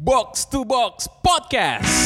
Box to Box Podcast.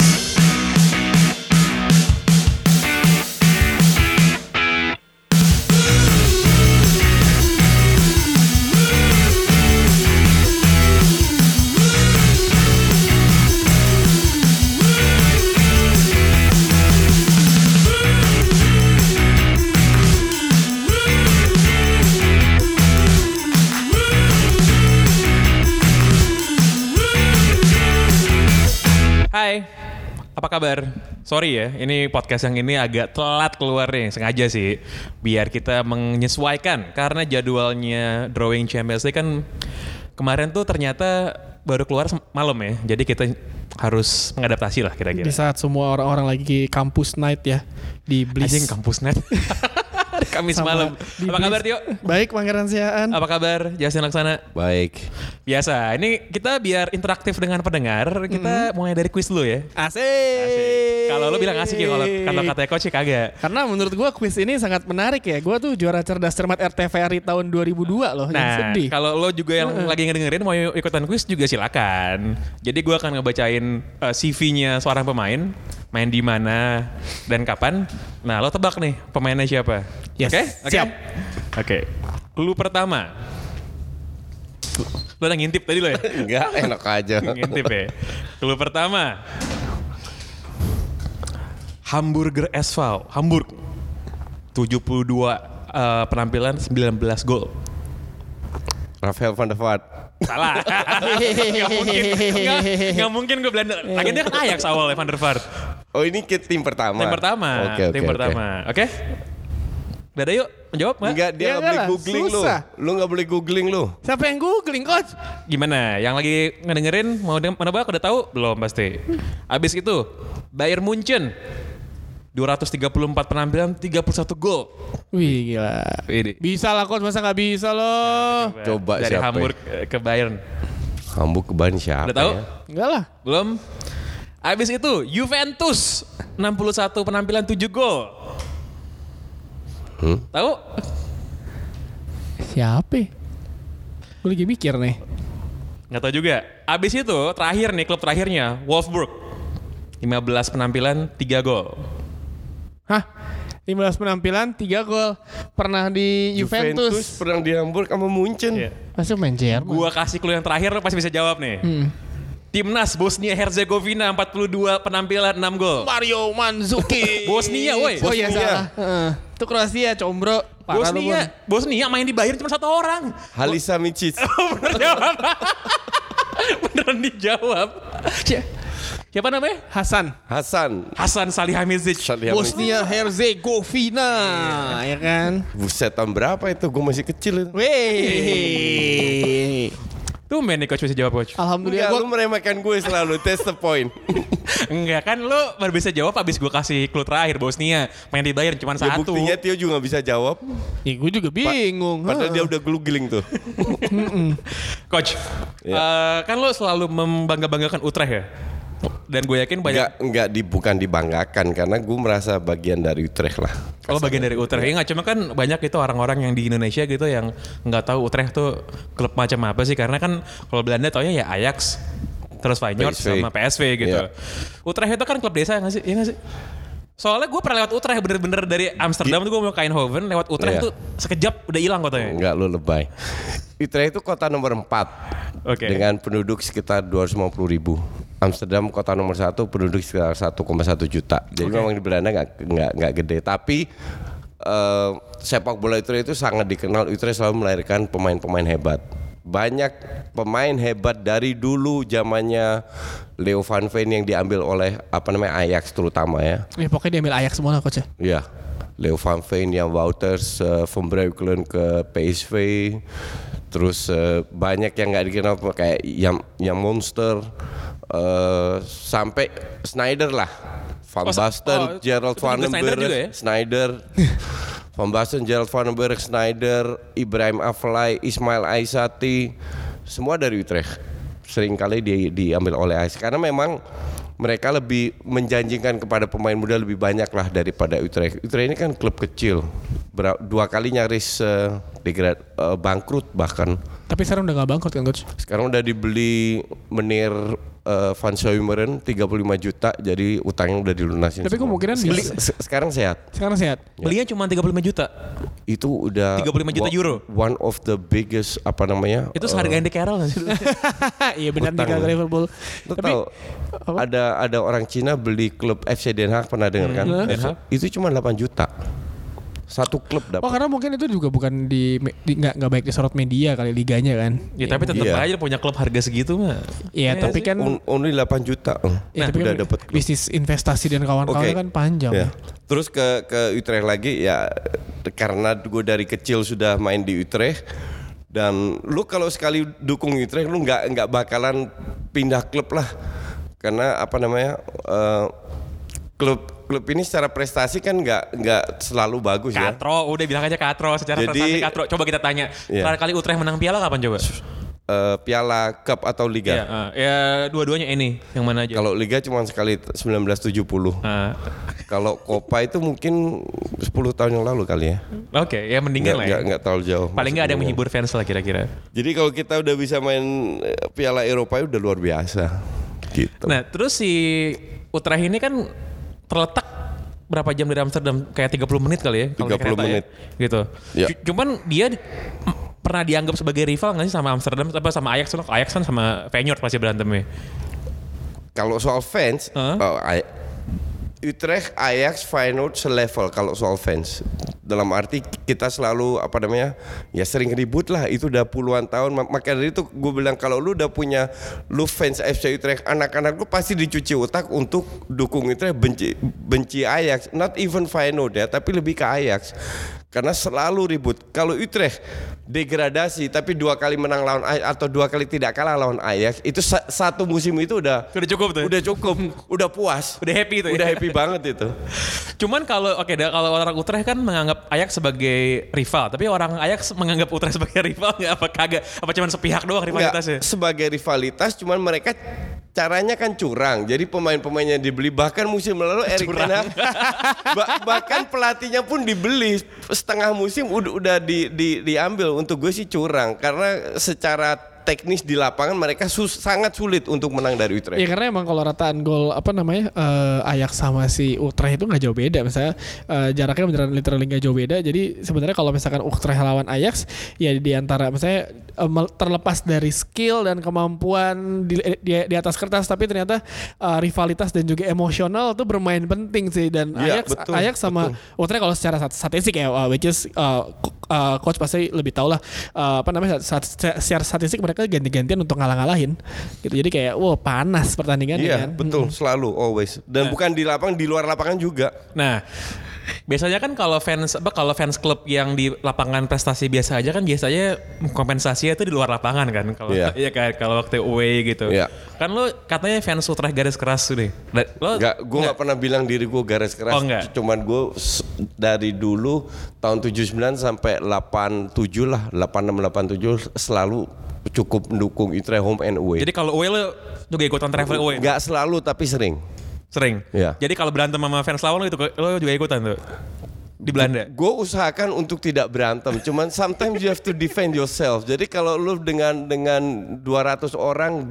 Hai, apa kabar? Sorry ya, ini podcast yang ini agak telat keluar nih, sengaja sih. Biar kita menyesuaikan, karena jadwalnya Drawing Champions League kan kemarin tuh ternyata baru keluar malam ya. Jadi kita harus mengadaptasi lah kira-kira. Di saat semua orang-orang lagi kampus night ya, di Bliss. Anjing kampus net. Kamis malam. Apa kabar Tio? Baik, Pangeran Siaan. Apa kabar Justin Laksana? Baik. Biasa, ini kita biar interaktif dengan pendengar, kita mulai dari kuis dulu ya. Asik. Kalau lo bilang asik ya, kalau katanya coach kagak. Karena menurut gue kuis ini sangat menarik ya. Gue tuh juara cerdas cermat RTVRI tahun 2002 loh. Nah, kalau lo juga yang lagi ngedengerin mau ikutan kuis juga silakan. Jadi gue akan ngebacain CV-nya seorang pemain, main di mana dan kapan. Nah, lo tebak nih pemainnya siapa? Yes. Oke? Siap. Oke. Clue pertama. Lo udah ngintip tadi lo ya? Enggak, enak aja. Ngintip ya. Clue pertama. Hamburger SV, Hamburg. 72 penampilan, 19 gol. Rafael van der Vaart. Salah. Gak mungkin gue Belanda. Lagi dia kan Ajax awalnya Van der Vaart. Oh, ini ke tim pertama. Tim pertama. Oke. Oke? Udah yuk, menjawab nggak? Enggak, dia Ya nggak boleh enggak lah, googling susah. lu nggak boleh googling lu. Siapa yang googling, Coach? Gimana? Yang lagi ngedengerin mau menebak udah tahu? Belum pasti. Abis itu Bayern Munchen 234 penampilan, 31 gol. Wih, gila. Ini. Bisa lah, Coach. Masa nggak bisa loh? Coba dari siapa Hamburg ke Bayern. Hamburg ke Bayern siapa? Udah tahu? Ya? Enggak lah. Belum. Abis itu Juventus 61 penampilan, 7 gol. Tahu? Siapa? Gue lagi mikir nih. Nggak tahu juga. Abis itu terakhir nih, klub terakhirnya Wolfsburg 15 penampilan, 3 gol. Hah? 15 penampilan, 3 gol. Pernah di Juventus. Pernah di Hamburg sama Munchen. Iya. Masih main Jerman. Gua kasih clue yang terakhir lo pasti bisa jawab nih. Timnas Bosnia Herzegovina 42 penampilan, 6 gol. Mario Mandzukic. Bosnia woi. Oh iya Bosnia. salah. Itu Kroasia, combro. Parah lu, Bon. Bosnia main di Bayern cuma 1 orang. Halisa Micic. Bener jawab. Beneran dijawab. Siapa namanya? Hasan Salihamidzic. Bosnia Herzegovina, ya kan? Buset, tahun berapa itu? Gue masih kecil itu. Weh. Tumben nih coach bisa jawab coach. Alhamdulillah Enggak, lu meremehkan gue selalu. That's the point. Enggak kan lu baru bisa jawab abis gue kasih clue terakhir. Bosnia main di Bayern cuma Ya, 1. buktinya Tio juga gak bisa jawab. Ya gue juga bingung. Padahal dia udah geling tuh. Coach, kan lu selalu membangga-banggakan Utrecht ya? Dan gue yakin banyak. Bukan dibanggakan karena gue merasa bagian dari Utrecht lah. Kalau bagian dari Utrecht, ya nggak cuma kan banyak itu orang-orang yang di Indonesia gitu yang nggak tahu Utrecht tuh klub macam apa sih, karena kan kalau Belanda taunya ya Ajax, terus Feyenoord PSV. sama PSV gitu. Iya. Utrecht itu kan klub desa nggak sih? Iya nggak sih? Soalnya gue pernah lewat Utrecht bener-bener dari Amsterdam tuh gue mau ke Eindhoven, lewat Utrecht Iya. tuh sekejap udah hilang kotanya. Enggak, lu lebay. Utrecht itu kota nomor 4 Oke. dengan penduduk sekitar 250 ribu. Amsterdam kota nomor 1 penduduk sekitar 1,1 juta. Jadi memang di Belanda nggak gede. Tapi sepak bola Utrecht itu sangat dikenal. Utrecht selalu melahirkan pemain-pemain hebat. Banyak pemain hebat dari dulu zamannya Leo Van Veen yang diambil oleh Ajax terutama ya. Ya pokoknya diambil Ajax semua lah, Coach. Iya. Leo Van Veen, Jan Wouters, Van Breukelen ke PSV. Terus banyak yang nggak dikenal kayak yang Monster, sampai Sneijder lah, Van Basten, Gerald Van den Berg, Sneijder, Van Basten, Gerald Van den Berg, Sneijder, Ibrahim Afellay, Ismail Aissati, semua dari Utrecht. Seringkali diambil oleh Ajax karena memang mereka lebih menjanjikan kepada pemain muda lebih banyak lah daripada Utrecht. Utrecht ini kan klub kecil, 2 kali nyaris bangkrut bahkan. Tapi sekarang udah gak bangkrut kan coach? Sekarang udah dibeli Menir Van Soymeren 35 juta, jadi utangnya udah dilunasin. Tapi semua. kemungkinan Sekarang sehat. Sekarang sehat. Belinya cuma 35 juta. Itu udah 35 juta euro. One of the biggest apa namanya? Itu seharga Andy Carroll nggak sih? Iya benar Utang. di Liverpool. Lu tahu ada orang Cina beli klub FC Den Haag, pernah dengar kan? Den Haag. Itu cuma 8 juta. Satu klub dapat. Oh karena mungkin itu juga bukan nggak baik disorot media kali liganya kan? Ya tapi tetap Iya. aja punya klub harga segitu mah. Iya tapi kan Only 8 juta. ya, tapi udah kan dapat klub. bisnis investasi dan kawan-kawan Oke. kan panjang. Ya. Terus ke Utrecht lagi ya, karena gue dari kecil sudah main di Utrecht, dan lu kalau sekali dukung Utrecht lu nggak bakalan pindah klub lah, karena apa namanya klub ini secara prestasi kan nggak selalu bagus ya. Katro, udah bilang aja Katro secara Jadi- prestasi Katro. Coba kita tanya. Iya. Terakhir kali Utrecht menang piala kapan coba? Piala Cup atau Iya, Liga. ya dua-duanya ini yang mana aja? Kalau Liga cuma sekali 1970. Kalau Copa itu mungkin 10 tahun yang lalu kali ya. Oke, ya mendingan lah ya. Nggak terlalu jauh. Paling nggak ada yang maksudnya. menghibur fans lah kira-kira. Jadi kalau kita udah bisa main Piala Eropa udah luar biasa. Gitu. Nah, terus si Utrecht ini kan terletak berapa jam dari Amsterdam? Kayak 30 menit kali ya? kalau naik 30 kereta menit. Ya? Gitu. Ya. Cuman dia pernah dianggap sebagai rival nggak sih sama Amsterdam? Apa sama Ajax? Ajax kan sama Feyenoord pasti berantemnya. Kalau soal fans, Utrecht, Ajax, Feyenoord selevel kalau soal fans. Dalam arti kita selalu apa namanya ya sering ribut lah, itu udah puluhan tahun. Maka dari itu gue bilang kalau lu udah punya lu fans FC Utrecht, anak-anak lu pasti dicuci otak untuk dukung Utrecht, benci Ajax, not even Feyenoord ya, tapi lebih ke Ajax. Karena selalu ribut. Kalau Utrecht degradasi tapi 2 kali menang lawan Ajax atau 2 kali tidak kalah lawan Ajax, itu satu musim itu udah cukup tuh. Udah cukup, udah puas. Udah happy tuh. Udah Ya? happy banget itu. Cuman kalau kalau orang Utrecht kan menganggap Ajax sebagai rival, tapi orang Ajax menganggap Utrecht sebagai rival nggak apa kagak? Apa cuman sepihak doang rivalitasnya? Nggak, sebagai rivalitas, cuman mereka caranya kan curang. Jadi pemain-pemainnya dibeli, bahkan musim lalu Erik ten Hag bahkan pelatihnya pun dibeli setengah musim udah diambil. Untuk gue sih curang, karena secara teknis di lapangan mereka sangat sulit untuk menang dari Utrecht. Iya karena emang kalau rataan gol Ajax sama si Utrecht itu nggak jauh beda, misalnya jaraknya beneran literally nggak jauh beda. Jadi sebenarnya kalau misalkan Utrecht lawan Ajax ya di antara misalnya terlepas dari skill dan kemampuan di atas kertas, tapi ternyata rivalitas dan juga emosional itu bermain penting sih. Dan Ya, Ajax sama Utrecht kalau secara statistik ya, which is coach pasti lebih tahu lah secara statistik mereka ganti-gantian untuk ngalah-ngalahin gitu. Jadi kayak panas pertandingan Iya, kan. betul, selalu always. Dan bukan di lapangan, di luar lapangan juga. Nah, biasanya kan kalau fans klub yang di lapangan prestasi biasa aja kan biasanya kompensasinya itu di luar lapangan kan. Kalau iya kan kalau waktu away gitu. Iya. Kan lo katanya fans Utrecht garis keras tuh deh. Gue nggak pernah bilang diri gue garis keras. Oh, enggak. Cuman gue dari dulu tahun 79 sampai 87 lah, 86 87 selalu cukup mendukung Utrecht home and away. Jadi kalau away lo juga ikutan travel away? Nggak selalu tapi sering. Sering? Iya. Jadi kalau berantem sama fans lawan lo juga ikutan tuh? Di Belanda? Gue usahakan untuk tidak berantem. Cuman sometimes you have to defend yourself. Jadi kalau lu dengan 200 orang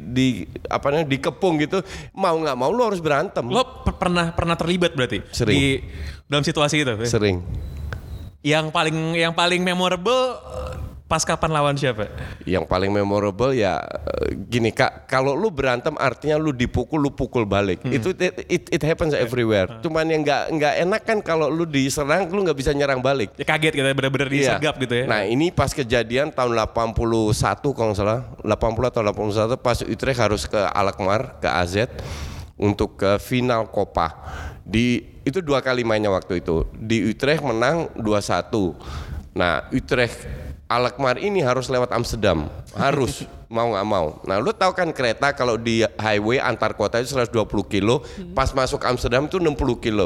dikepung gitu, mau nggak mau lu harus berantem. Lo pernah terlibat berarti? Sering. Di dalam situasi itu? Sering. Yang paling memorable pas kapan lawan siapa? Yang paling memorable ya gini Kak, kalau lu berantem artinya lu dipukul, lu pukul balik. Itu it happens everywhere. Cuman yang nggak enak kan kalau lu diserang lu nggak bisa nyerang balik. Ya kaget gitu, bener-bener disergap gitu ya. Nah ini pas kejadian tahun 81 kalau nggak salah, 80 atau 81 pas Utrecht harus ke Alkmaar, ke AZ untuk ke final Copa. Itu 2 kali mainnya waktu itu. Di Utrecht menang 2-1. Nah Utrecht Alkmaar ini harus lewat Amsterdam, harus mau nggak mau. Nah lu tahu kan kereta kalau di highway antar kota itu 120 kilo, pas masuk Amsterdam itu 60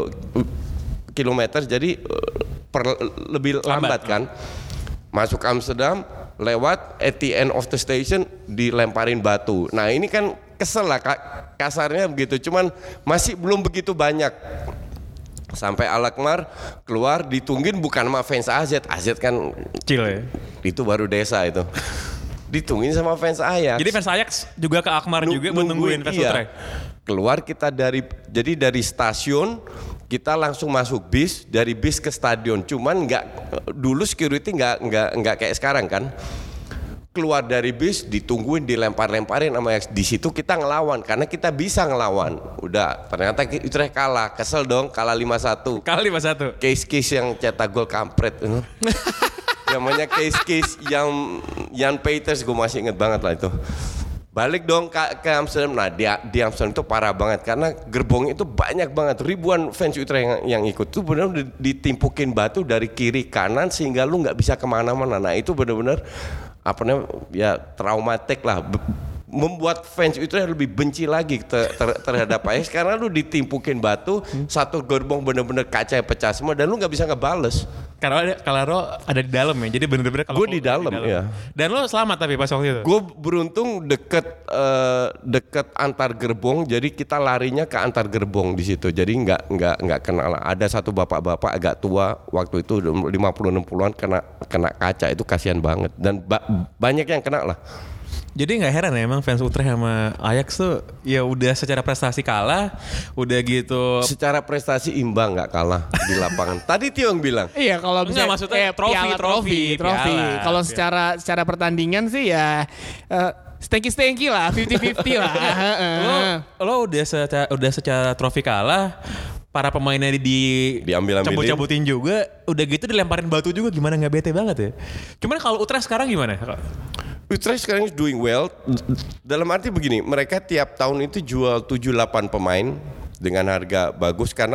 kilometer, jadi lebih lambat kan. Masuk Amsterdam, lewat at the end of the station dilemparin batu. Nah ini kan kesel lah kasarnya begitu, cuman masih belum begitu banyak. Sampai Alkmaar keluar ditungguin bukan sama fans AZ kan Kecil ya. itu baru desa itu. ditungguin sama fans Ajax. Jadi fans Ajax juga ke Alkmaar juga buat nungguin fans Utrecht. Keluar kita dari stasiun kita langsung masuk bis, dari bis ke stadion. Cuman dulu security nggak kayak sekarang kan. Keluar dari bis ditungguin, dilempar-lemparin sama Ajax. Di situ kita ngelawan karena kita bisa ngelawan. Udah, ternyata Utrecht kalah. Kesel dong, kalah 5-1. Kalah 5-1. Case-case yang cetak gol kampret. Namanya case-case yang Jan Peters, gue masih inget banget lah itu. Balik dong ke Amsterdam. Nah di Amsterdam itu parah banget karena gerbongnya itu banyak banget, ribuan fans Utrecht yang ikut. Itu benar-benar ditimpukin batu dari kiri kanan sehingga lu nggak bisa kemana-mana. Nah itu benar-benar traumatik lah, membuat fans Utrecht lebih benci lagi terhadap Ajax karena lu ditimpukin batu, satu gerbong benar-benar kaca yang pecah semua dan lu nggak bisa ngebales. Kalau lo ada di dalam ya, jadi bener-bener kalau gue di dalam ya. Dan lo selamat tapi pas waktu itu? Gue beruntung deket antar gerbong, jadi kita larinya ke antar gerbong di situ. Jadi nggak kena lah. Ada satu bapak-bapak agak tua waktu itu 50-60an kena kaca, itu kasihan banget dan banyak yang kena lah. Jadi nggak heran ya emang fans Utrecht sama Ajax tuh ya udah secara prestasi kalah, udah gitu. Secara prestasi imbang nggak kalah di lapangan. Tadi Tio yang bilang. Iya kalau misalnya maksudnya trofi. Kalau secara pertandingan sih ya stanky lah, 50-50 lah. Lo udah secara trofi kalah. Para pemainnya diambil-ambilin, cabut-cabutin juga, udah gitu dilemparin batu juga, gimana nggak bete banget ya? Cuman kalau Utrecht sekarang gimana? Utrecht sekarang is doing well. Dalam arti begini, mereka tiap tahun itu jual 7-8 pemain dengan harga bagus karena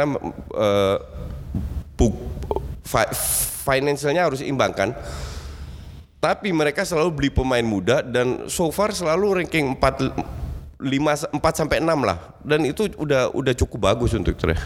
financialnya harus imbang kan. Tapi mereka selalu beli pemain muda dan so far selalu ranking 4 sampai 6 lah. Dan itu udah cukup bagus untuk Utrecht.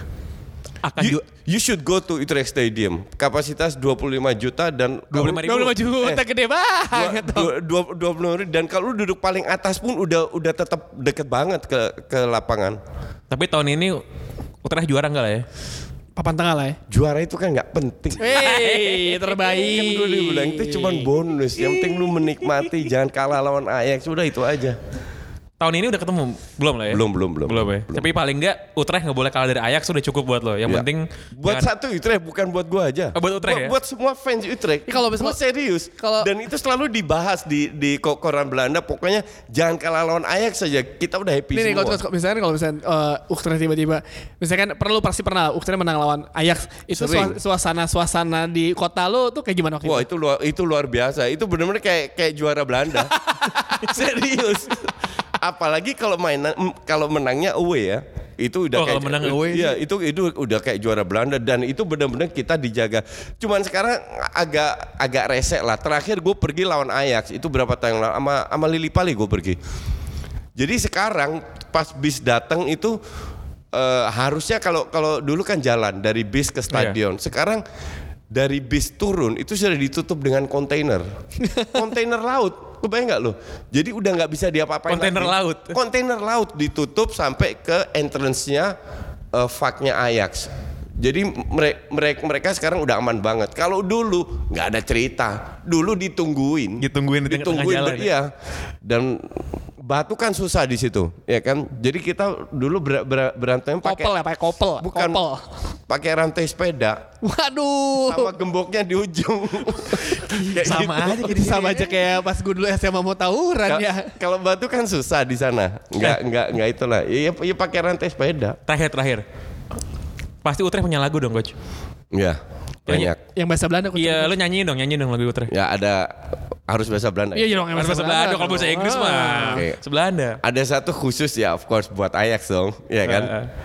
You should go to Utrecht Stadium. Kapasitas 25 juta dan 25 juta gede banget. 25 dan kalau lu duduk paling atas pun udah tetap deket banget ke lapangan. Tapi tahun ini Utrecht juara enggak lah ya? Papan tengah lah ya. Juara itu kan nggak penting. Terbaik. Kan gue bilang itu cuma bonus. Yang penting lu menikmati, jangan kalah lawan Ajax. Udah itu aja. Tahun ini udah ketemu? Belum lah ya? Belum ya? Tapi paling enggak Utrecht gak boleh kalah dari Ajax sudah cukup buat lo. Yang penting buat satu Utrecht, bukan buat gua aja. Buat Utrecht ya? Buat semua fans Utrecht. Kalau serius. Dan itu selalu dibahas di koran Belanda. Pokoknya jangan kalah lawan Ajax saja. Kita udah happy semua. Kalau misalnya Utrecht tiba-tiba misalkan pasti pernah Utrecht menang lawan Ajax. Itu suasana di kota lo tuh kayak gimana waktu itu? Wah, itu luar biasa. Itu benar-benar kayak juara Belanda. Serius. Apalagi kalau menangnya away ya. Itu udah kalau menang away. Iya, itu udah kayak juara Belanda dan itu benar-benar kita dijaga. Cuman sekarang agak resek lah. Terakhir gue pergi lawan Ajax itu berapa tahun lalu sama Lillipali gue pergi. Jadi sekarang pas bis datang itu harusnya kalau dulu kan jalan dari bis ke stadion. Yeah. Sekarang dari bis turun itu sudah ditutup dengan kontainer laut. Kebayang nggak lo? Jadi udah nggak bisa diapa-apain. Kontainer laut ditutup sampai ke entrance-nya vaknya Ajax. Jadi mereka sekarang udah aman banget. Kalau dulu nggak ada cerita. Dulu ditungguin di tengah jalan. Iya. Dan batu kan susah di situ, ya kan? Jadi kita dulu berantem pakai kopel. Bukan pakai rantai sepeda. Waduh. Sama gemboknya di ujung. Sama gitu. aja kayak pas gue dulu SMA mau tawuran ya. Kalau batu kan susah di sana. Enggak itulah. Ya pakai rantai sepeda. Terakhir. Pasti Utrecht punya lagu dong, Coach. Iya. Banyak. Yang bahasa Belanda. Iya, lo nyanyi dong lagu Utrecht. Ya ada harus bahasa Belanda. Iya dong, harus bahasa Belanda. Kalau bahasa Inggris mah Belanda. Ada satu khusus ya, of course buat Ajax dong, ya kan?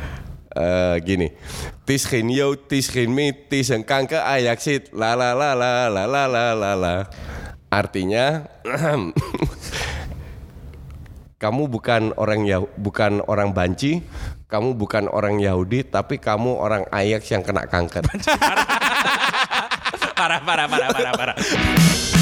Gini. Het is geen Jood, het is geen Meet, het is een kanker Ajaxiet. La la la la la la la la la. Artinya kamu bukan orang Banci, kamu bukan orang Yahudi, tapi kamu orang Ajax yang kena kanker. Parah.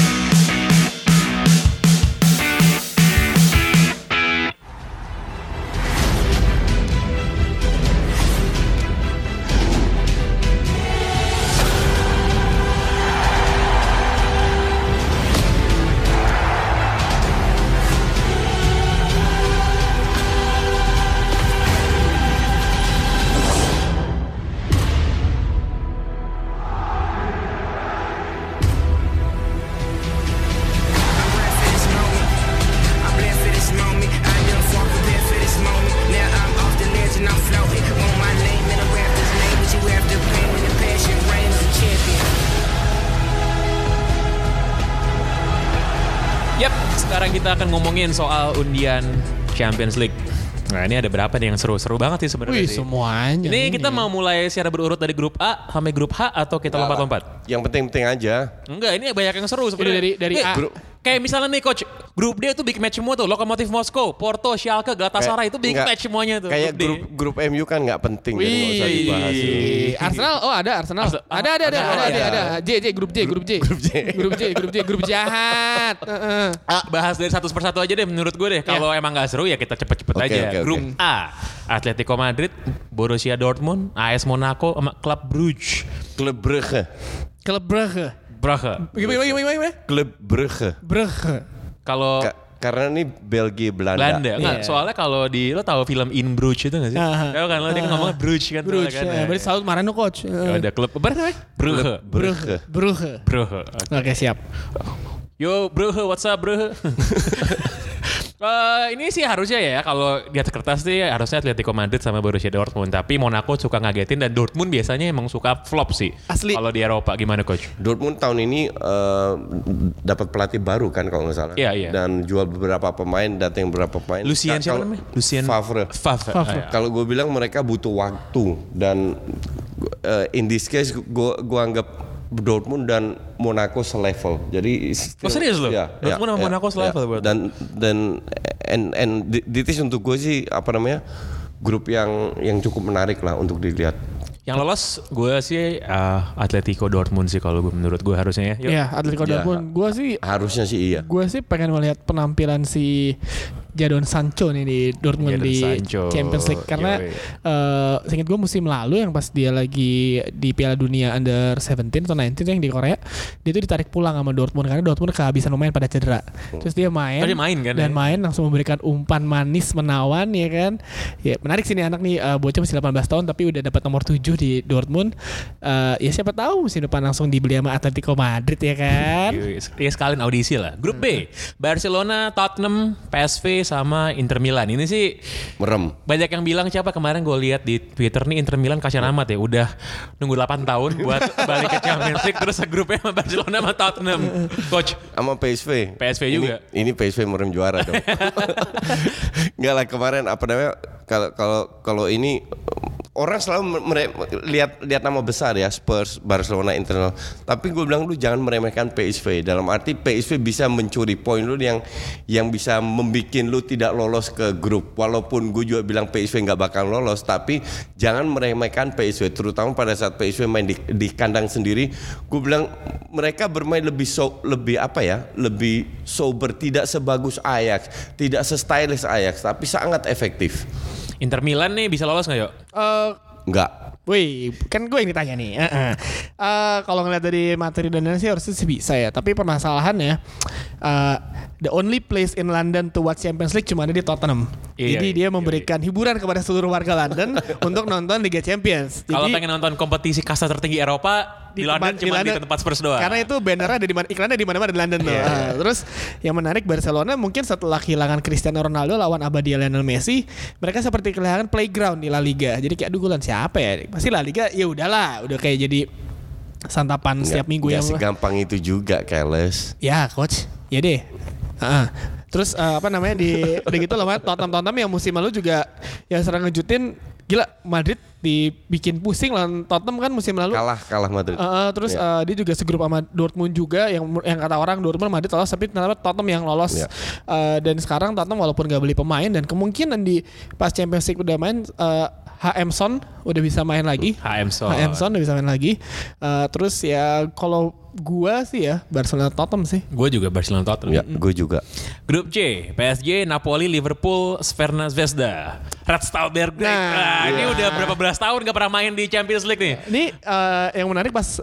sekarang kita akan ngomongin soal undian Champions League. Nah ini ada berapa nih yang seru-seru banget sih sebenarnya. Wih sih. semuanya. Ini kita mau mulai secara berurut dari grup A sampai grup H atau kita lompat-lompat? Yang penting-penting aja. Enggak, ini banyak yang seru sebenarnya. Dari A. Kayak misalnya nih coach, grup D itu big match semua tuh. Lokomotif Moskow, Porto, Schalke, Galatasaray itu big match semuanya tuh. Kayak grup MU kan nggak penting, jadi nggak usah dibahas. Arsenal, ada Arsenal. Ada. Grup jahat. Bahas dari satu persatu aja deh menurut gue deh. Kalau emang nggak seru ya kita cepet-cepet aja. Okay. Grup A, Atletico Madrid, Borussia Dortmund, AS Monaco, sama Club Brugge. Club Brugge. Gimana? Club Brugge. Kalau Karena ini Belgia Belanda. enggak. Soalnya kalau lo tahu film In Bruges itu nggak sih? Tahu kan lo dia ngomongnya Bruges kan. Berarti selalu Marano coach. Ada klub apa namanya? Brugge. Oke siap. Yo Brugge, what's up Brugge? Ini sih harusnya ya kalau di atas kertas sih harusnya Atletico Madrid sama Borussia Dortmund, tapi Monaco suka ngagetin dan Dortmund biasanya emang suka flop sih. Asli. Kalau di Eropa gimana coach? Dortmund tahun ini dapat pelatih baru kan kalau nggak salah. Iya. Dan jual beberapa pemain, datang beberapa pemain. Lucien siapa namanya? Lucien Favre. Kalau gue bilang mereka butuh waktu dan in this case gue anggap Dortmund dan Monaco selevel. Jadi serius loh? Dortmund sama Monaco selevel buat. Dan this untuk gue sih grup yang cukup menarik lah untuk dilihat. Yang lolos gue sih Atletico Dortmund sih kalau menurut gue harusnya ya. Iya, Atletico Dortmund. Gue sih harusnya sih iya. Gue sih pengen melihat penampilan si Jadon Sancho nih di Dortmund di Champions League karena seingat gue musim lalu yang pas dia lagi di Piala Dunia Under 17 atau 19 yang di Korea, dia tuh ditarik pulang sama Dortmund karena Dortmund kehabisan pemain pada cedera. Terus dia main main langsung memberikan umpan manis menawan ya kan. Ya menarik sih nih anak nih bocah masih 18 tahun tapi udah dapat nomor 7 di Dortmund. Ya siapa tahu musim depan langsung dibeli sama Atletico Madrid ya kan. Ya sekalian audisi lah. Grup B, Barcelona, Tottenham, PSV sama Inter Milan. Ini sih merem. Banyak yang bilang siapa kemarin gue lihat di Twitter nih Inter Milan kasihan amat ya. Udah nunggu 8 tahun buat balik ke Champions League terus grupnya sama Barcelona sama Tottenham. Coach sama PSV. PSV juga. Ini PSV merem juara dong. Enggak lah kemarin kalau ini orang selalu lihat nama besar ya Spurs, Barcelona, Inter. Tapi gue bilang lu jangan meremehkan PSV. Dalam arti PSV bisa mencuri poin lu yang bisa membuat lu tidak lolos ke grup. Walaupun gue juga bilang PSV nggak bakal lolos, tapi jangan meremehkan PSV. Terutama pada saat PSV main di kandang sendiri, gue bilang mereka bermain lebih sober, tidak sebagus Ajax, tidak se-stylish Ajax, tapi sangat efektif. Inter Milan nih bisa lolos nggak yuk? Enggak. Wih, kan gue yang ditanya nih. Kalau ngeliat dari materi dan lain sih harusnya sih bisa ya. Tapi permasalahannya, the only place in London to watch Champions League cuma ada di Tottenham. Jadi dia memberikan hiburan kepada seluruh warga London untuk nonton Liga Champions. Kalau pengen nonton kompetisi kasta tertinggi Eropa di London cuma di tempat Spurs doang. Karena itu bannernya ada di mana, iklannya di mana-mana di London tuh. Terus yang menarik Barcelona mungkin setelah kehilangan Cristiano Ronaldo lawan abadi Lionel Messi, mereka seperti kehilangan playground di La Liga. Jadi kayak aduh siapa ya? Pasti La Liga ya udahlah, udah kayak jadi santapan setiap minggu yang segampang itu juga Keles. Ya coach, ya deh. Terus udah gitu loh Tottenham yang musim lalu juga yang sering ngejutin gila Madrid dibikin pusing lawan Tottenham kan musim lalu kalah Madrid. Terus dia juga segrup sama Dortmund juga yang kata orang Dortmund Madrid lolos tapi ternyata Tottenham yang lolos. Dan sekarang Tottenham walaupun gak beli pemain dan kemungkinan di pas Champions League udah main HM Son udah bisa main lagi. HM Son udah bisa main lagi. Terus ya kalau gua sih ya Barcelona Tottenham sih. Gua juga Barcelona Tottenham. Ya, gua juga. Grup C, PSG, Napoli, Liverpool, Cervena Zvezda, Red Star Belgrade. Ini udah berapa belas tahun gak pernah main di Champions League nih. Ini yang menarik pas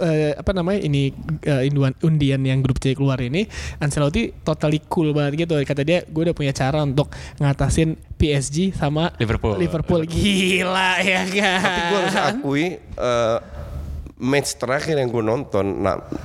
undian yang grup C keluar ini, Ancelotti totally cool banget gitu. Kata dia, gue udah punya cara untuk ngatasin PSG sama Liverpool. Gila ya kan. Tapi gue harus akui match terakhir yang gue nonton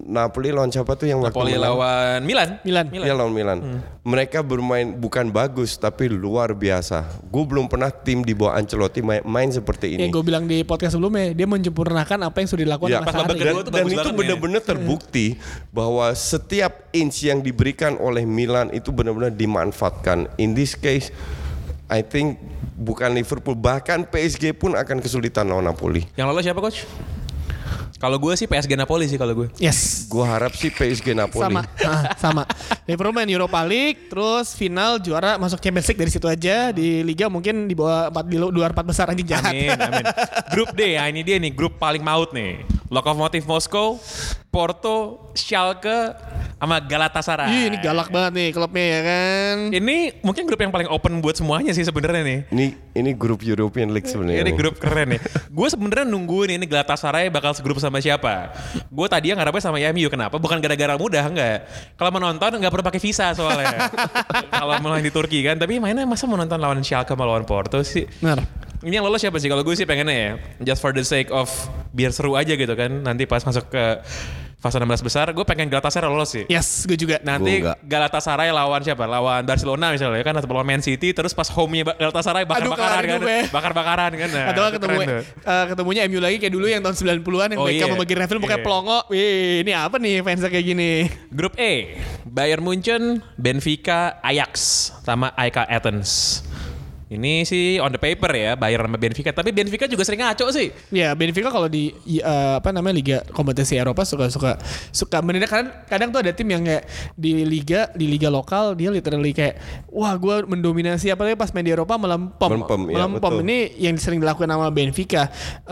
Napoli lawan siapa tuh yang waktu Napoli menang? lawan Milan. Iya lawan Milan. Mereka bermain bukan bagus tapi luar biasa. Gue belum pernah tim di bawah Ancelotti main seperti ini. Yang gue bilang di podcast sebelumnya, dia menyempurnakan apa yang sudah dilakukan Ya, sama pas babak Sarri. kedua tuh dan bagus itu banget benar-benar terbukti bahwa setiap inch yang diberikan oleh Milan itu benar-benar dimanfaatkan. In this case, I think bukan Liverpool, bahkan PSG pun akan kesulitan lawan Napoli. Yang lolos siapa coach? Kalau gue sih PSG Napoli sih kalau gue. Yes. Gue harap sih PSG Napoli. Sama. Liverpool main Europa League, terus final juara masuk Champions League dari situ aja. Di Liga mungkin di bawah 4 di luar 4 besar anjing jahat. Amin. Grup D ya, ini dia nih grup paling maut nih. Lokomotiv Moskow, Porto, Schalke, sama Galatasaray. Ih, ini galak banget nih klubnya ya kan. Ini mungkin grup yang paling open buat semuanya sih sebenarnya nih. Ini grup European League sebenarnya. Ini nih. grup keren nih. Gue sebenarnya nungguin ini Galatasaray bakal segrup sama siapa. Gue tadi yang ngarepnya sama MU. Kenapa? Bukan gara-gara mudah, enggak. Kalau menonton nggak perlu pakai visa soalnya. Kalau main di Turki kan. Tapi mainnya masa mau nonton lawan Schalke sama lawan Porto sih. Benar. Ini yang lolos siapa sih? Kalau gue sih pengennya ya, just for the sake of biar seru aja gitu kan. Nanti pas masuk ke fase 16 besar, gue pengen Galatasaray lolos sih. Yes, gue juga. Nanti Gua enggak. Galatasaray lawan siapa? Lawan Barcelona misalnya kan, atau lawan Man City. Terus pas home-nya Galatasaray bakar-bakaran Aduh, kan. kelar hidup ya. Bakar-bakaran kan. Nah, Atau itu ketemu keren tuh. ketemunya MU lagi kayak dulu yang tahun 90-an yang Oh, Beckham iya. sama Gerrard pakai Iya. pelongo. Wih, ini apa nih fansnya kayak gini? Grup E, Bayern Munchen, Benfica, Ajax, sama AEK Athens. Ini sih on the paper ya, Bayern sama Benfica. Tapi Benfica juga sering ngaco sih. Ya Benfica kalau di liga kompetisi Eropa suka kadang tuh ada tim yang kayak di liga lokal dia literally kayak wah gue mendominasi, apalagi pas main di Eropa melempem. Ya, betul. Ini yang sering dilakukan sama Benfica.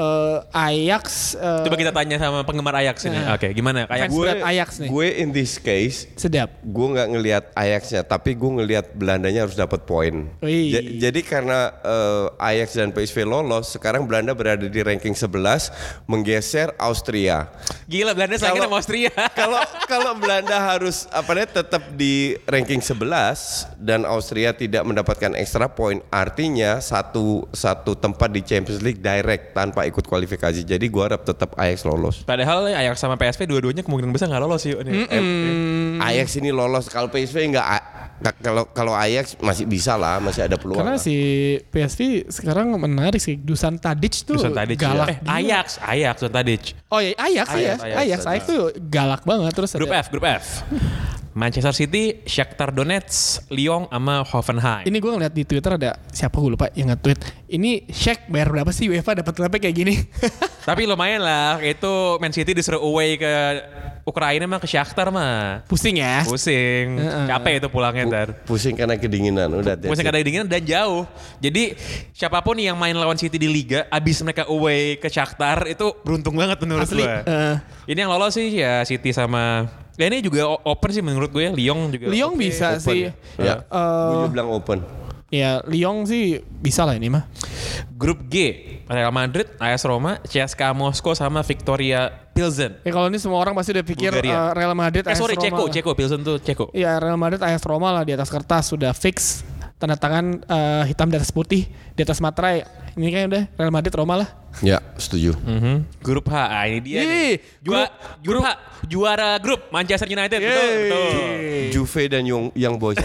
Ajax Coba kita tanya sama penggemar Ajax ini. Nah. Oke, gimana? Kayak Fans berat Ajax nih. Gue in this case Sedap. gue nggak ngelihat Ajaxnya, tapi gue ngelihat Belandanya harus dapat poin. Wih. Jadi karena Ajax dan PSV lolos, sekarang Belanda berada di ranking 11, menggeser Austria. gila, Belanda sayangin sama Austria. Kalau Belanda harus tetap di ranking 11 dan Austria tidak mendapatkan extra point, artinya satu tempat di Champions League direct tanpa ikut kualifikasi. Jadi gue harap tetap Ajax lolos. Padahal Ajax sama PSV dua-duanya kemungkinan besar nggak lolos yuk. Ajax ini lolos, kalau PSV kalau Ajax masih bisa lah, masih ada peluang. Karena lah. si PSV sekarang menarik sih. Dusan Tadic tuh Dusan Tadic galak. ya. Ajax Dusan Tadic. Oh iya Ajax tuh galak banget. Terus Grup F. Manchester City, Shakhtar Donetsk, Lyon sama Hoffenheim. Ini gue ngeliat di Twitter ada siapa gue lupa yang nge-tweet. Ini Shaq bayar berapa sih UEFA dapat klubnya kayak gini? Tapi lumayan lah, itu Man City disuruh away ke Ukraina mah, ke Shakhtar mah. Pusing ya. Pusing, capek itu pulangnya ntar. Pusing karena kedinginan udah. Pusing karena dinginan dan jauh. Jadi siapapun yang main lawan City di Liga, abis mereka away ke Shakhtar itu beruntung banget menurut Asli. gue. Ini yang lolos sih ya City sama. Ya ini juga open sih menurut gue ya. Lyon juga. Lyon oke. bisa sih. Ya, gue juga bilang open. Ya Lyon sih bisa lah ini mah. Grup G, Real Madrid, AS Roma, CSKA Moskow sama Victoria Pilsen. Ya kalau ini semua orang pasti udah pikir Bulgaria. Real Madrid, AS Roma. Ceko Pilsen tuh Ceko. Iya Real Madrid, AS Roma lah di atas kertas sudah fix. Tanda tangan hitam di atas putih di atas materai. Ini kayaknya udah Real Madrid, Roma lah. Ya, setuju. Grup H, ini dia Ih, nih. Grup H, juara grup Manchester United. Betul. Juve dan Young Boys.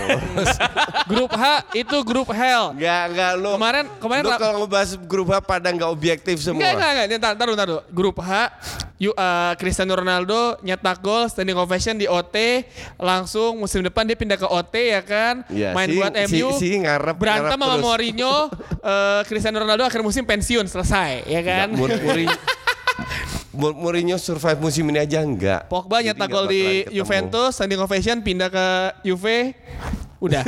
Grup H itu grup hell. Enggak lu. Kemarin Lu kalau ngebahas grup H pada nggak objektif semua. Enggak. Ntar dulu. Grup H, Cristiano Ronaldo nyetak gol standing ovation di OT, langsung musim depan dia pindah ke OT ya kan, Ya, main buat MU, berantem sama terus. Mourinho, Cristiano Ronaldo akhir musim pensiun selesai ya kan. Mourinho survive musim ini aja enggak. Pogba Jadi nyetak nggak gol di bakalan ketemu. Juventus standing ovation pindah ke Juve, udah.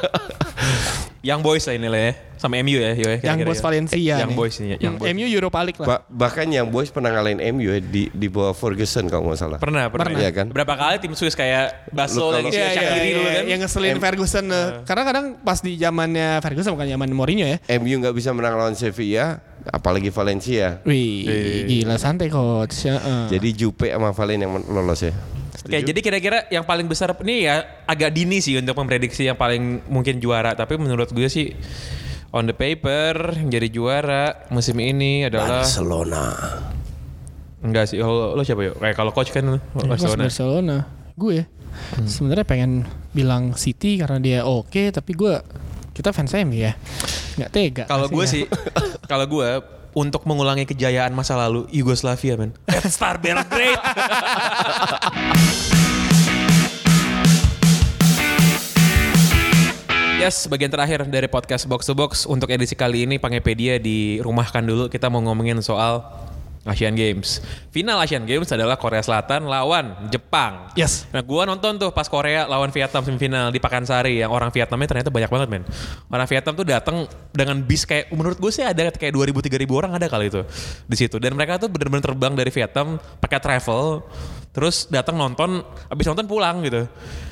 Young Boys lah ini lah ya. Sama MU ya. Yang bos Valencia Young nih. Boys nih. Young Boys. MU Europa League lah. Bahkan Young Boys pernah ngalahin MU ya di bawah Ferguson kalau nggak salah. Pernah. Iya kan? Berapa kali tim Swiss kayak Basel Lu dan kalau- Shaqiri dulu kan. Yang ngeselin Ferguson. Karena kadang pas di zamannya Ferguson bukan zaman Mourinho ya. MU nggak bisa menang lawan Sevilla, apalagi Valencia. Wih, gila santai coach. Jadi Jupe sama Valen yang lolos ya. Oke, jadi kira-kira yang paling besar ini ya agak dini sih untuk memprediksi yang paling mungkin juara. Tapi menurut gue sih on the paper yang jadi juara musim ini adalah Barcelona. Enggak sih, lo siapa yuk? Kayak kalau coach kan Barcelona. Gue sebenarnya pengen bilang City karena dia oke, tapi kita fans MU ya. Nggak tega. Kalau gue sih, kalau gue untuk mengulangi kejayaan masa lalu Yugoslavia, men. Red Star Belgrade. Yes, bagian terakhir dari podcast Box to Box untuk edisi kali ini Pangepedia dirumahkan dulu. Kita mau ngomongin soal Asian Games. Final Asian Games adalah Korea Selatan lawan Jepang. Yes. Nah, gue nonton tuh pas Korea lawan Vietnam semifinal di Pakansari yang orang Vietnamnya ternyata banyak banget, men. Orang Vietnam tuh datang dengan bis kayak menurut gue sih ada kayak 2.000-3.000 orang ada kali itu di situ. Dan mereka tuh benar-benar terbang dari Vietnam pakai travel, terus datang nonton, abis nonton pulang gitu.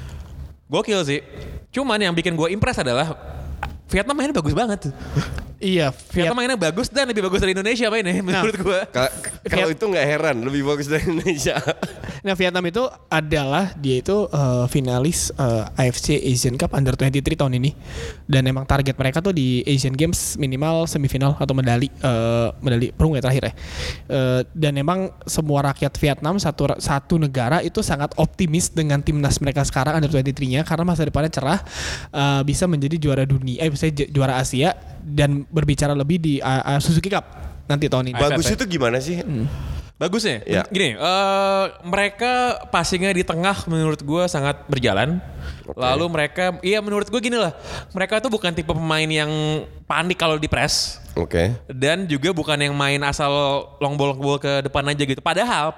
Gokil sih. Cuman yang bikin gue impress adalah Vietnam mainnya bagus banget. Iya, Vietnam mainnya bagus dan lebih bagus dari Indonesia mainnya menurut gue. Kalau itu nggak heran, lebih bagus dari Indonesia. Nah, Vietnam itu adalah dia itu finalis AFC Asian Cup Under 23 tahun ini, dan emang target mereka tuh di Asian Games minimal semifinal atau medali perunggu ya terakhir ya. Dan emang semua rakyat Vietnam satu negara itu sangat optimis dengan timnas mereka sekarang Under 23-nya karena masa depannya cerah, bisa menjadi juara dunia, bisa juara Asia dan berbicara lebih di Suzuki Cup nanti tahun ini. Bagus itu gimana sih? Bagusnya, ya. Gini, mereka passingnya di tengah menurut gue sangat berjalan. Okay. Lalu mereka, menurut gue gini lah, mereka tuh bukan tipe pemain yang panik kalau di press. Oke. Dan juga bukan yang main asal long ball ke depan aja gitu. Padahal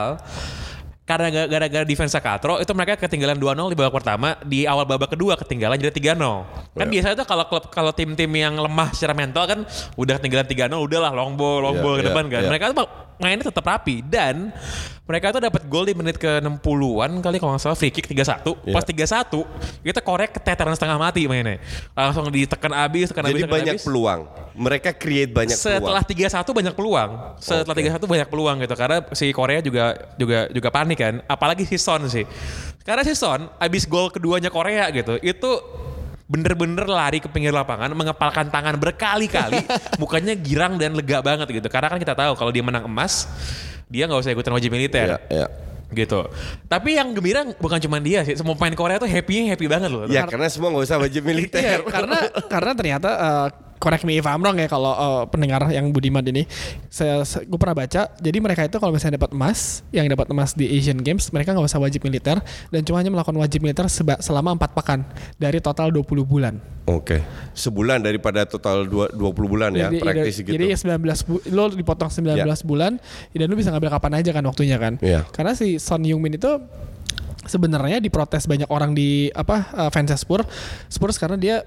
karena gara-gara defense Katro itu mereka ketinggalan 2-0 di babak pertama, di awal babak kedua ketinggalan jadi 3-0. Kan biasanya tuh kalau tim-tim yang lemah secara mental kan udah ketinggalan 3-0 udahlah long ball ke depan kan. Mereka tuh mainnya tetap rapi dan mereka tuh dapat gol di menit ke 60-an kali kalau nggak salah, free kick 3-1. Pas 3-1 kita korek keteteran setengah mati mainnya. Langsung ditekan abis. Jadi banyak peluang. Mereka create banyak peluang. Setelah 3-1 banyak peluang. Setelah 3-1 banyak peluang gitu karena si Korea juga panik kan. Apalagi si Son sih. Karena si Son abis gol keduanya Korea gitu, itu bener-bener lari ke pinggir lapangan, mengepalkan tangan berkali-kali, mukanya girang dan lega banget gitu. Karena kan kita tahu kalau dia menang emas, dia nggak usah ikutan wajib militer. Iya. Gitu. Tapi yang gembira bukan cuma dia sih, semua pemain Korea tuh happy banget loh. Ya karena semua nggak usah wajib militer. Iya, karena ternyata correct me if I'm wrong ya kalau pendengar yang budiman ini, gue pernah baca, jadi mereka itu kalau misalnya dapat emas, yang dapat emas di Asian Games, mereka nggak usah wajib militer dan cuma hanya melakukan wajib militer selama 4 pekan dari total 20 bulan. Oke. Sebulan daripada total 20 bulan ya, praktis gitu. Jadi lo dipotong 19 bulan dan lo bisa ngambil kapan aja kan waktunya kan. Yeah. Karena si Son Heung-min itu sebenarnya diprotes banyak orang di fans Spurs karena dia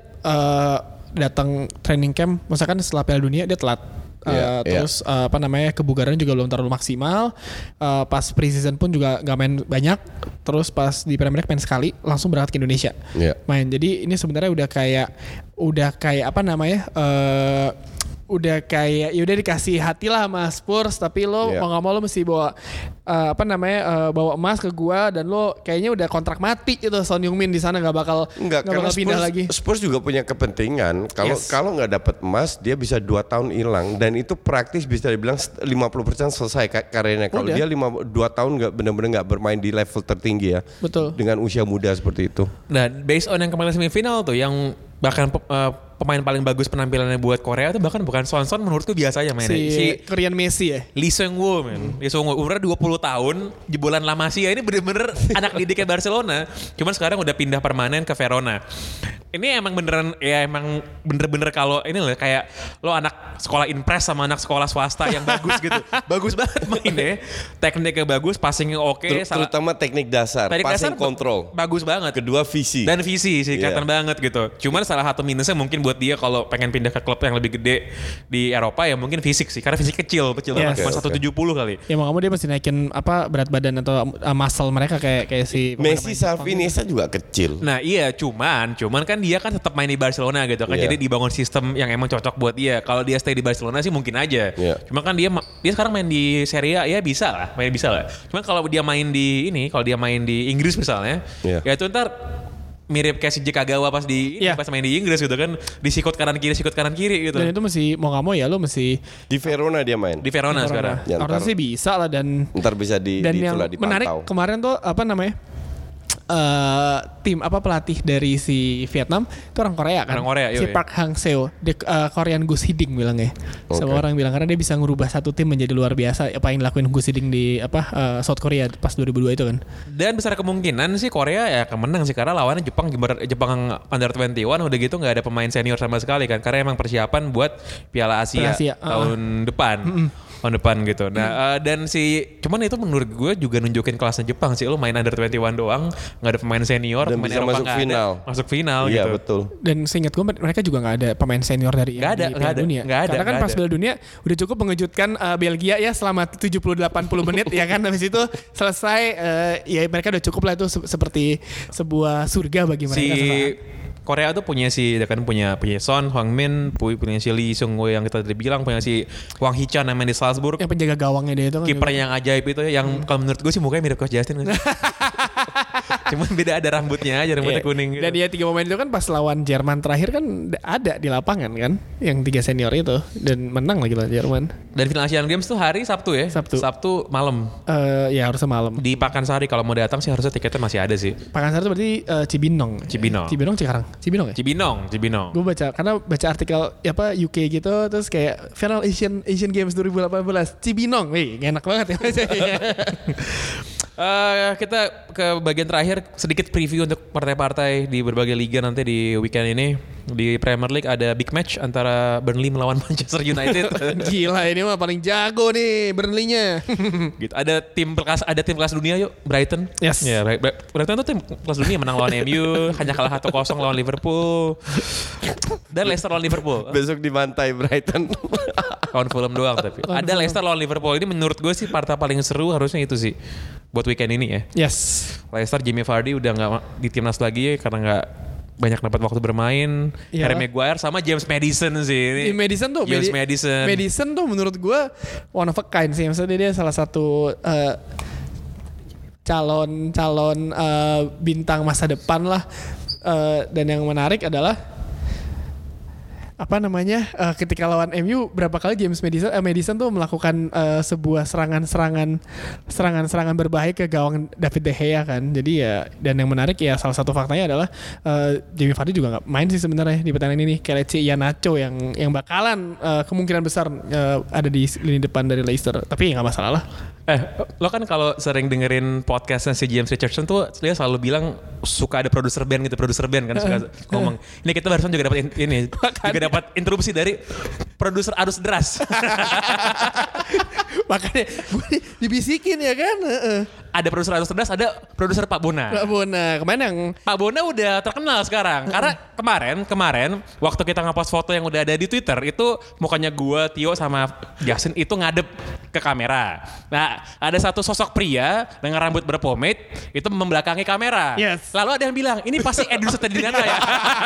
datang training camp, misalkan setelah Piala Dunia dia telat. Terus kebugarannya juga belum terlalu maksimal. Pas preseason pun juga nggak main banyak. Terus pas di Premier League main sekali, langsung berangkat ke Indonesia main. Jadi ini sebenarnya udah kayak udah kayak ya udah dikasih hati lah sama Spurs, tapi lo mau nggak mau lo mesti bawa bawa emas ke gua, dan lo kayaknya udah kontrak mati itu Son Heung-min di sana nggak bakal pindah lagi. Spurs juga punya kepentingan kalau nggak dapat emas dia bisa 2 tahun hilang, dan itu praktis bisa dibilang 50% selesai karirnya kalau dia 2 tahun nggak benar-benar nggak bermain di level tertinggi ya. Betul. Dengan usia muda seperti itu. Dan based on yang kemarin semifinal tuh yang bahkan pemain paling bagus penampilannya buat Korea tuh bahkan bukan Son menurutku biasa aja mainnya. Si Korean Messi ya. Lee Seung-woo Lee Seung-woo umurnya 20 tahun, jebolan La Masia, ini bener-bener anak didiknya Barcelona. Cuman sekarang udah pindah permanen ke Verona. Ini emang bener-bener kalau ini loh kayak lo anak sekolah impres sama anak sekolah swasta yang bagus gitu. Bagus banget mainnya. Tekniknya bagus, passingnya oke. Terutama teknik dasar, passing kontrol. Bagus banget. Kedua visi. Dan visi sih kelihatan banget gitu. Cuman salah satu minusnya mungkin buat dia kalau pengen pindah ke klub yang lebih gede di Eropa ya mungkin fisik sih. Karena fisik kecil banget. Cuma 170 kali. Ya mau kamu dia mesti naikin berat badan atau muscle mereka kayak si Messi sama Iniesta juga kecil. Nah iya, cuman kan dia kan tetap main di Barcelona gitu kan. Jadi dibangun sistem yang emang cocok buat dia. Kalau dia stay di Barcelona sih mungkin aja. Cuma kan dia sekarang main di Serie A ya bisa lah. Cuman kalau dia main di Inggris misalnya, ya itu ntar mirip kayak si Kagawa pas pas main di Inggris gitu kan, disikut kanan kiri gitu. Dan itu mesti mau nggak mau ya lo mesti Di Verona dia main. Di Verona sekarang. Ya, harusnya sih bisa lah dan Ntar bisa dan yang dipantau. menarik kemarin tuh apa namanya? Tim pelatih dari si Vietnam itu orang Korea kan. Orang Korea, si iya. Park Hang-seo, Korean Gus Hiding bilangnya. Semua orang bilang karena dia bisa ngubah satu tim menjadi luar biasa. Apa yang dilakuin Gus Hiding di South Korea pas 2002 itu kan. Dan besar kemungkinan sih Korea ya akan menang sih karena lawannya Jepang under 21 udah gitu nggak ada pemain senior sama sekali kan karena emang persiapan buat Piala Asia tahun depan. Tahun depan gitu. Nah, dan cuman itu menurut gue juga nunjukin kelasnya Jepang sih. Lu main under 21 doang, nggak ada pemain senior, dan pemain bisa Eropa masuk final. Masuk final iya, gitu. Betul. Dan seingat gue mereka juga nggak ada pemain senior dari Piala Dunia. Karena kan pas Piala Dunia udah cukup mengejutkan Belgia ya selama 70-80 menit ya kan. Habis itu selesai ya mereka udah cukup lah itu seperti sebuah surga bagi mereka. Korea tuh punya punya Son, Hwang Min, punya si Lee Seung Woo yang kita tadi bilang, punya si Hwang Hee-chan yang main di Salzburg. Yang penjaga gawangnya dia itu kan. Kiper yang ajaib itu yang kalau menurut gue sih mukanya mirip Coach Justin. Cuman beda ada rambutnya aja, rambutnya kuning gitu. Dan dia 3 pemain itu kan pas lawan Jerman terakhir kan ada di lapangan kan, yang 3 senior itu dan menang lagi lawan Jerman. Dan final Asian Games tuh hari Sabtu ya? Sabtu malam. Ya harusnya malam. Di Pakansari kalau mau datang sih harusnya tiketnya masih ada sih. Pakansari itu berarti Cibinong. Cibinong Cikarang. Cibinong ya? Cibinong. Gue baca artikel UK gitu terus kayak final Asian Games 2018 Cibinong. Wih, enak banget ya. Kita ke bagian terakhir sedikit preview untuk partai-partai di berbagai liga nanti di weekend ini. Di Premier League ada big match antara Burnley melawan Manchester United. Gila ini mah paling jago nih Burnley-nya. Gitu. Ada tim kelas dunia yuk, Brighton. Yes. Ya, Brighton tuh tim kelas dunia menang lawan MU, hanya kalah 1-0 lawan Liverpool. Dan Leicester lawan Liverpool. Besok dibantai Brighton. Lawan Fulham doang tapi. Ada Leicester lawan Liverpool. Ini menurut gue sih partai paling seru harusnya itu sih buat weekend ini ya. Yes. Leicester Jamie Vardy udah nggak di timnas lagi ya karena nggak banyak dapat waktu bermain. Harry Maguire sama James Maddison sih. Madison tuh Madison tuh menurut gue one of a kind sih. Maksudnya dia salah satu calon bintang masa depan lah. Dan yang menarik adalah ketika lawan MU berapa kali James Maddison tuh melakukan sebuah serangan berbahaya ke gawang David De Gea kan. Jadi ya, dan yang menarik ya salah satu faktanya adalah Jamie Vardy juga nggak main sih sebenarnya di pertandingan ini. Kelechi Iheanacho yang bakalan kemungkinan besar ada di lini depan dari Leicester. Tapi nggak masalah lah. Lo kan kalau sering dengerin podcastnya si James Richardson tuh dia selalu bilang suka ada produser band kan suka ngomong. Ini kita barusan juga dapat dapat interupsi dari produser Arus Deras. Makanya gue dibisikin ya kan. Ada produser Arus Deras, ada produser Pak Bona. Kemarin yang Pak Bona udah terkenal sekarang. Karena kemarin waktu kita ngepost foto yang udah ada di Twitter itu mukanya gue, Tio sama Justin itu ngadep ke kamera. Nah, ada satu sosok pria dengan rambut berpomade itu membelakangi kamera. Yes. Lalu ada yang bilang, ini pasti Edwin Sutradinata ya.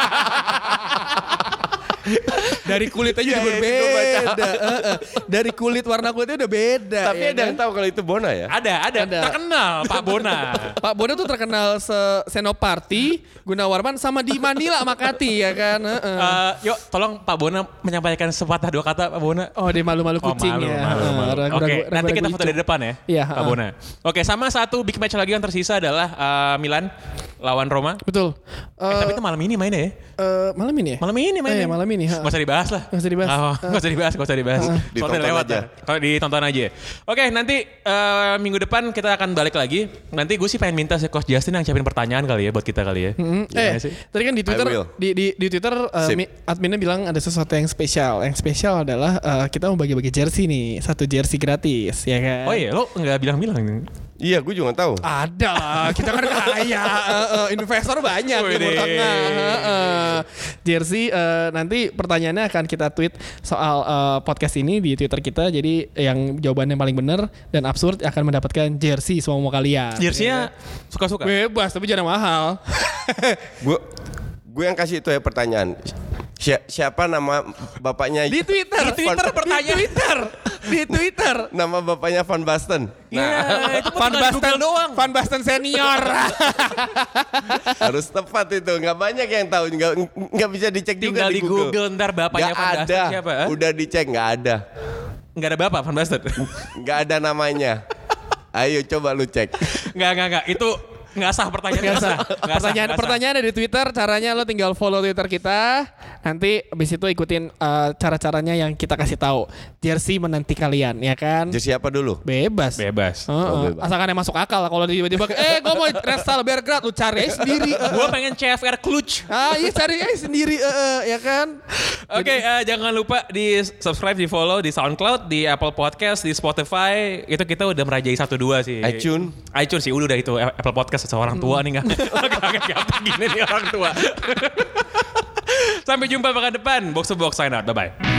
Dari kulitnya juga berbeda. Dari kulit warna kulitnya udah beda. Tapi ada yang tahu kalau itu Bona ya? Ada. Terkenal Pak Bona. Pak Bona tuh terkenal Senoparty, Gunawarman sama di Manila Makati ya kan. Yuk tolong Pak Bona menyampaikan sepatah dua kata Pak Bona. Oh dia malu-malu kucing ya. Oke, nanti kita foto dari depan ya. Iya, Pak Bona. Oke, sama satu big match lagi yang tersisa adalah Milan lawan Roma. Betul. Tapi itu malam ini mainnya ya? Malam ini ya? Malam ini mainnya. Malam ini. Gak usah dibahas lah. Gak usah dibahas. Soalnya lewat ya. Kalau ditonton aja. Oke, nanti minggu depan kita akan balik lagi. Nanti gue sih pengen minta si Coach Justin yang siapin pertanyaan kali ya buat kita kali ya. Tadi kan di Twitter di Twitter adminnya bilang ada sesuatu yang spesial. Yang spesial adalah kita mau bagi-bagi jersey nih. 1 jersey gratis ya kan. Oh iya, lo gak bilang-bilang. Iya, gue juga tahu. Ada, kita kan kaya, investor banyak di Timur Tengah. Jersey nanti pertanyaannya akan kita tweet soal podcast ini di Twitter kita. Jadi yang jawabannya paling benar dan absurd akan mendapatkan jersey semua kalian. Jersey-nya suka-suka. Bebas tapi jangan mahal. Gue yang kasih itu ya pertanyaan. Siapa nama bapaknya? Di Twitter pertanyaan. Di Twitter. Di Twitter. Nama bapaknya Van Basten. Iya, itu Van Basten doang. Van Basten senior. Harus tepat itu. Nggak banyak yang tahu. Nggak bisa dicek juga Tinggal di Google ntar bapaknya Nggak Van Basten ada. siapa? Hah? Udah dicek nggak ada. Nggak ada bapak Van Basten. Nggak ada namanya. Ayo coba lu cek. Nggak. Itu nggak sah pertanyaan. Pertanyaan ada di Twitter. Caranya lo tinggal follow Twitter kita. Nanti abis itu ikutin cara-caranya yang kita kasih tahu. Jersey menanti kalian, ya kan? Jersey apa dulu? Bebas. Bebas. Heeh. bebas. Asalkan yang masuk akal. Kalau tiba-tiba, gue mau Restal Belgrade, lu cari aja sendiri. Gue pengen CFR Cluj. Iya cari aja sendiri, ya kan? Oke, jangan lupa di subscribe, di follow di SoundCloud, di Apple Podcast, di Spotify. Itu kita udah merajai 1-2 sih. iTunes sih udah itu Apple Podcast seorang tua nih nggak gini nih orang tua. Sampai jumpa pekan depan. Box to Box sign out. Bye bye.